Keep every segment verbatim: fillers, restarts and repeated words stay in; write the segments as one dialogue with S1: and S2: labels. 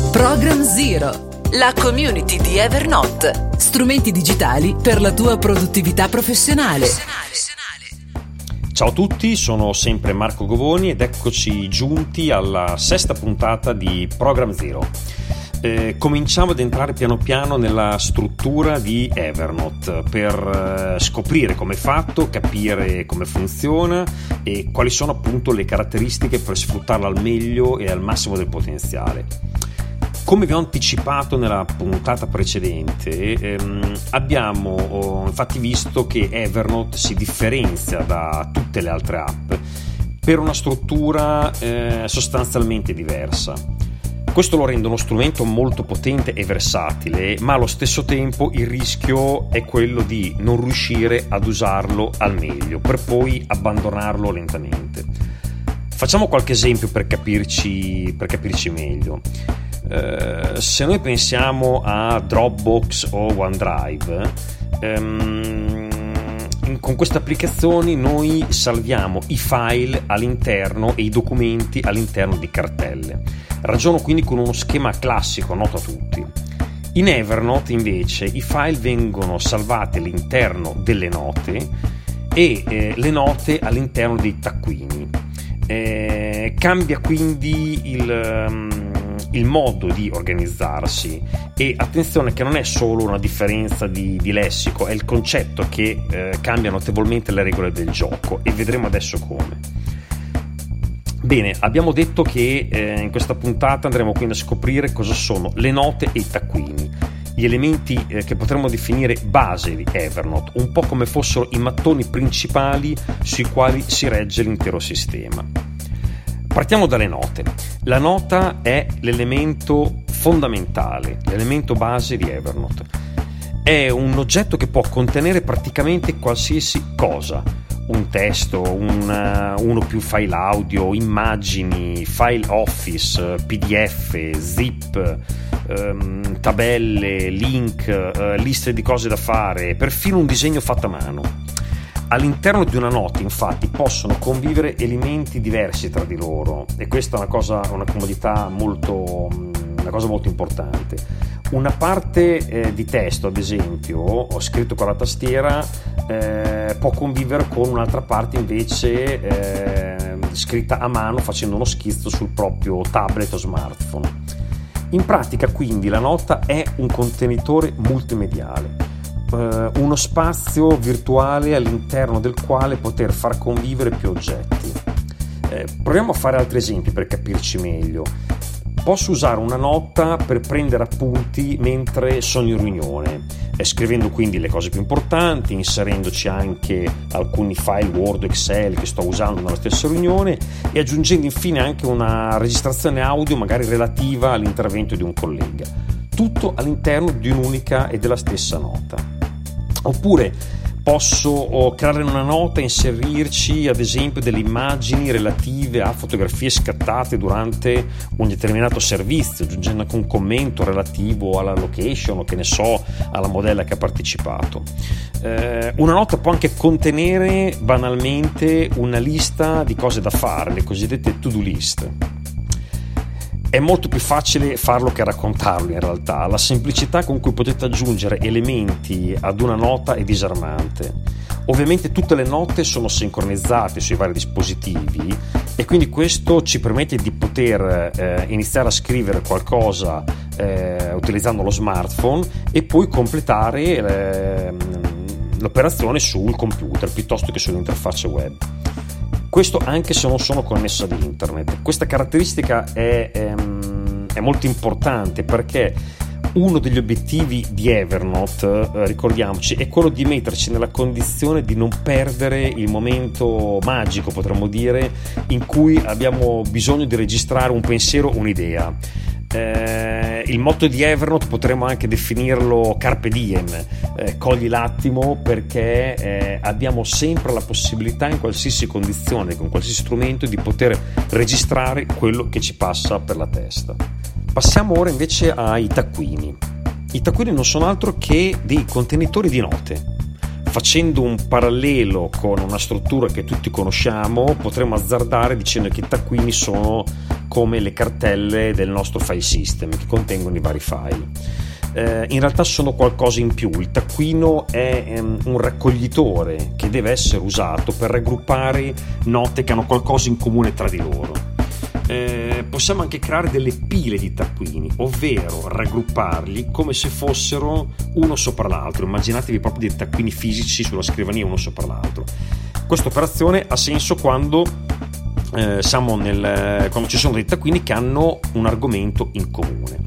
S1: Program Zero, la community di Evernote. Strumenti digitali per la tua produttività professionale.
S2: Ciao a tutti, sono sempre Marco Govoni ed eccoci giunti alla sesta puntata di Program Zero. Eh, cominciamo ad entrare piano piano nella struttura di Evernote per eh, scoprire come è fatto, capire come funziona e quali sono appunto le caratteristiche per sfruttarlo al meglio e al massimo del potenziale. Come vi ho anticipato nella puntata precedente, ehm, abbiamo oh, infatti visto che Evernote si differenzia da tutte le altre app per una struttura eh, sostanzialmente diversa. Questo lo rende uno strumento molto potente e versatile, ma allo stesso tempo il rischio è quello di non riuscire ad usarlo al meglio, per poi abbandonarlo lentamente. Facciamo qualche esempio per capirci, per capirci meglio. Uh, se noi pensiamo a Dropbox o OneDrive, um, in, con queste applicazioni noi salviamo i file all'interno e i documenti all'interno di cartelle. Ragiono quindi con uno schema classico noto a tutti. In Evernote invece i file vengono salvati all'interno delle note e eh, le note all'interno dei taccuini. Eh, cambia quindi il um, il modo di organizzarsi e attenzione che non è solo una differenza di, di lessico, è il concetto che eh, cambia notevolmente le regole del gioco e vedremo adesso come. Bene, abbiamo detto che eh, in questa puntata andremo quindi a scoprire cosa sono le note e i taccuini, gli elementi eh, che potremmo definire base di Evernote, un po' come fossero i mattoni principali sui quali si regge l'intero sistema. Partiamo dalle note. La nota è l'elemento fondamentale, l'elemento base di Evernote. È un oggetto che può contenere praticamente qualsiasi cosa, un testo, un, uno o più file audio, immagini, file Office, P D F, zip, ehm, tabelle, link, eh, liste di cose da fare, perfino un disegno fatto a mano. All'interno di una nota, infatti, possono convivere elementi diversi tra di loro e questa è una cosa, una comodità molto, una cosa molto importante. Una parte eh, di testo, ad esempio, ho scritto con la tastiera, eh, può convivere con un'altra parte invece eh, scritta a mano facendo uno schizzo sul proprio tablet o smartphone. In pratica, quindi, la nota è un contenitore multimediale. Uh, uno spazio virtuale all'interno del quale poter far convivere più oggetti. Eh, proviamo a fare altri esempi per capirci meglio. Posso usare una nota per prendere appunti mentre sono in riunione, eh, scrivendo quindi le cose più importanti, inserendoci anche alcuni file Word o Excel che sto usando nella stessa riunione e aggiungendo infine anche una registrazione audio magari relativa all'intervento di un collega. Tutto all'interno di un'unica e della stessa nota. Oppure posso creare una nota e inserirci ad esempio delle immagini relative a fotografie scattate durante un determinato servizio, aggiungendo anche un commento relativo alla location o che ne so, alla modella che ha partecipato. Eh, una nota può anche contenere banalmente una lista di cose da fare, le cosiddette to-do list. È molto più facile farlo che raccontarlo in realtà. La semplicità con cui potete aggiungere elementi ad una nota è disarmante. Ovviamente tutte le note sono sincronizzate sui vari dispositivi e quindi questo ci permette di poter eh, iniziare a scrivere qualcosa eh, utilizzando lo smartphone e poi completare eh, l'operazione sul computer piuttosto che sull'interfaccia web. Questo anche se non sono connesso ad internet. Questa caratteristica è, ehm, è molto importante perché uno degli obiettivi di Evernote, eh, ricordiamoci, è quello di metterci nella condizione di non perdere il momento magico, potremmo dire, in cui abbiamo bisogno di registrare un pensiero, un'idea. Eh, il motto di Evernote potremmo anche definirlo Carpe Diem, eh, cogli l'attimo, perché eh, abbiamo sempre la possibilità in qualsiasi condizione, con qualsiasi strumento, di poter registrare quello che ci passa per la testa. Passiamo ora invece ai taccuini. I taccuini non sono altro che dei contenitori di note. Facendo un parallelo con una struttura che tutti conosciamo, potremmo azzardare dicendo che i taccuini sono come le cartelle del nostro file system che contengono i vari file. Eh, in realtà sono qualcosa in più. Il taccuino è um, un raccoglitore che deve essere usato per raggruppare note che hanno qualcosa in comune tra di loro. Eh, possiamo anche creare delle pile di taccuini, ovvero raggrupparli come se fossero uno sopra l'altro. Immaginatevi proprio dei taccuini fisici sulla scrivania uno sopra l'altro. Questa operazione ha senso quando eh, siamo nel, quando ci sono dei taccuini che hanno un argomento in comune.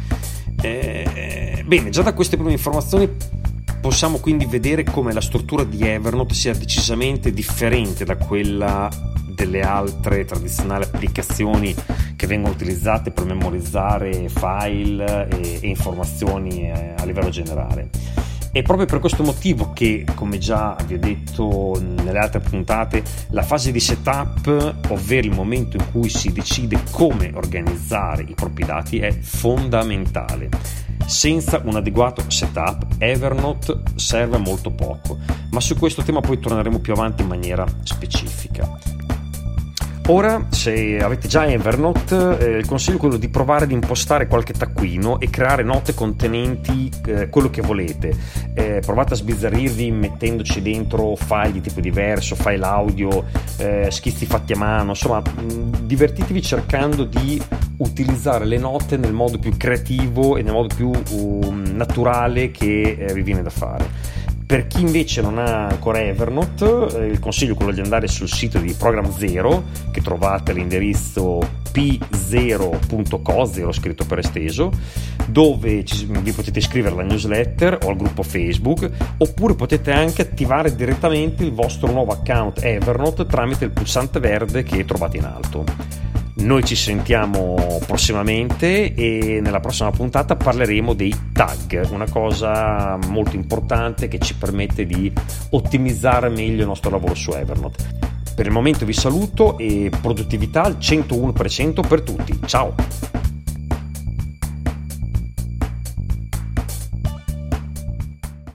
S2: Eh, bene, già da queste prime informazioni possiamo quindi vedere come la struttura di Evernote sia decisamente differente da quella delle altre tradizionali applicazioni che vengono utilizzate per memorizzare file e, e informazioni eh, a livello generale. È proprio per questo motivo che, come già vi ho detto nelle altre puntate, la fase di setup, ovvero il momento in cui si decide come organizzare i propri dati, è fondamentale. Senza un adeguato setup, Evernote serve molto poco, ma su questo tema poi torneremo più avanti in maniera specifica. Ora, se avete già Evernote, eh, il consiglio è quello di provare ad impostare qualche taccuino e creare note contenenti eh, quello che volete. Eh, provate a sbizzarrirvi mettendoci dentro file di tipo diverso, file audio, eh, schizzi fatti a mano, insomma, mh, divertitevi cercando di utilizzare le note nel modo più creativo e nel modo più um, naturale che eh, vi viene da fare. Per chi invece non ha ancora Evernote, eh, il consiglio è quello di andare sul sito di Program Zero, che trovate all'indirizzo p zero punto co, zero scritto per esteso, dove ci, vi potete iscrivere alla newsletter o al gruppo Facebook, oppure potete anche attivare direttamente il vostro nuovo account Evernote tramite il pulsante verde che trovate in alto. Noi ci sentiamo prossimamente e nella prossima puntata parleremo dei tag, una cosa molto importante che ci permette di ottimizzare meglio il nostro lavoro su Evernote. Per il momento vi saluto e produttività al centouno per cento per tutti. Ciao!